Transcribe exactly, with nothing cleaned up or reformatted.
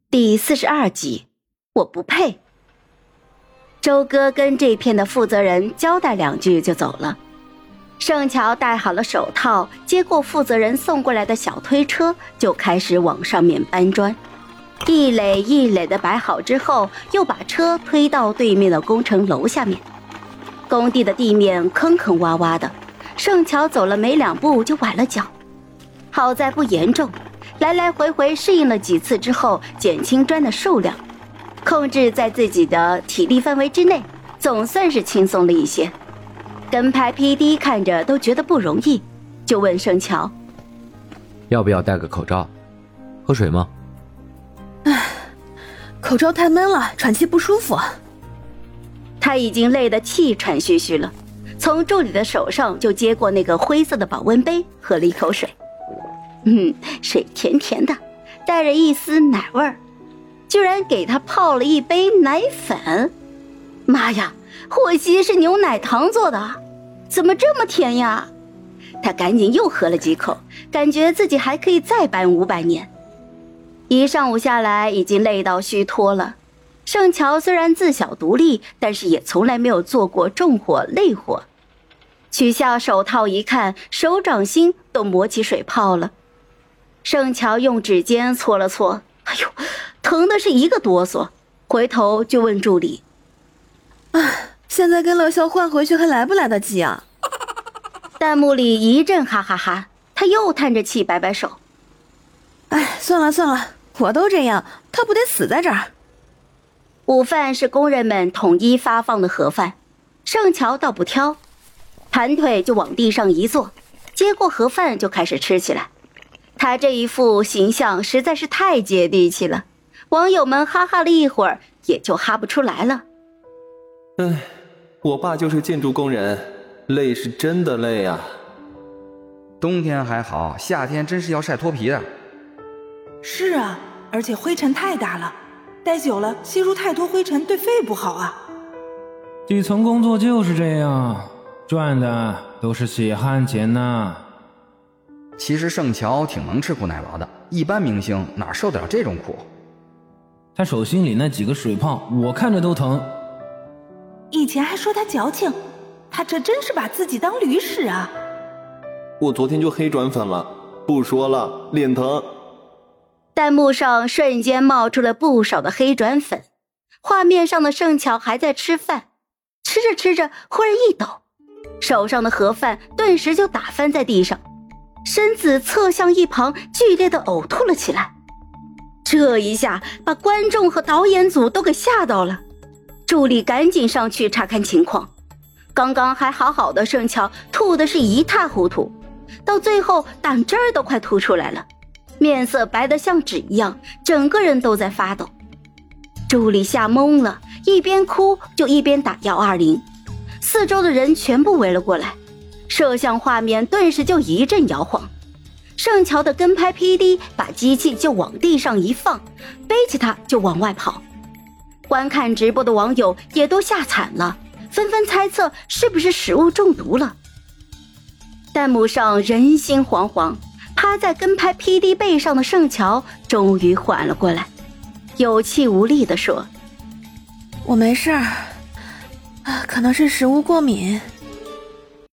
第四十二集，我不配。周哥跟这片的负责人交代两句就走了。盛乔戴好了手套，接过负责人送过来的小推车，就开始往上面搬砖。一垒一垒的摆好之后，又把车推到对面的工程楼下面。工地的地面坑坑洼洼的，盛乔走了没两步就崴了脚，好在不严重，来来回回适应了几次之后，减轻砖的数量，控制在自己的体力范围之内，总算是轻松了一些。跟拍 P D 看着都觉得不容易，就问盛乔要不要戴个口罩？喝水吗？ 唉，口罩太闷了，喘气不舒服。 他已经累得气喘吁吁了，从助理的手上就接过那个灰色的保温杯，喝了一口水。嗯，水甜甜的，带着一丝奶味儿，居然给他泡了一杯奶粉。妈呀，伙计是牛奶糖做的，怎么这么甜呀？他赶紧又喝了几口，感觉自己还可以再搬五百年。一上午下来，已经累到虚脱了。盛乔虽然自小独立，但是也从来没有做过重活累活。取下手套一看，手掌心都磨起水泡了。盛乔用指尖搓了搓，哎呦，疼的是一个哆嗦，回头就问助理： 唉，现在跟乐笑换回去还来不来得及啊？ 弹幕里一阵哈哈哈，他又叹着气摆摆手： 唉，算了算了，我都这样，他不得死在这儿。 午饭是工人们统一发放的盒饭，盛乔倒不挑，盘腿就往地上一坐，接过盒饭就开始吃起来。他这一副形象实在是太接地气了，网友们哈哈了一会儿，也就哈不出来了。 唉，我爸就是建筑工人，累是真的累啊。 冬天还好，夏天真是要晒脱皮的。 是啊，而且灰尘太大了，待久了吸入太多灰尘对肺不好啊。 底层工作就是这样，赚的都是血汗钱呐。 其实盛乔挺能吃苦耐劳的，一般明星哪受得了这种苦？ 他手心里那几个水泡，我看着都疼。 以前还说他矫情，他这真是把自己当驴使啊。 我昨天就黑转粉了，不说了，脸疼。 弹幕上瞬间冒出了不少的黑转粉，画面上的盛乔还在吃饭，吃着吃着忽然一抖，手上的盒饭顿时就打翻在地上，身子侧向一旁，剧烈的呕吐了起来。这一下把观众和导演组都给吓到了，助理赶紧上去查看情况。刚刚还好好的盛乔吐的是一塌糊涂，到最后胆汁儿都快吐出来了，面色白得像纸一样，整个人都在发抖。助理吓懵了，一边哭就一边打一二零，四周的人全部围了过来，摄像画面顿时就一阵摇晃。盛乔的跟拍 P D 把机器就往地上一放，背起他就往外跑。观看直播的网友也都吓惨了，纷纷猜测是不是食物中毒了。弹幕上人心惶惶，趴在跟拍 P D 背上的盛乔终于缓了过来，有气无力地说： 我没事儿，啊，可能是食物过敏。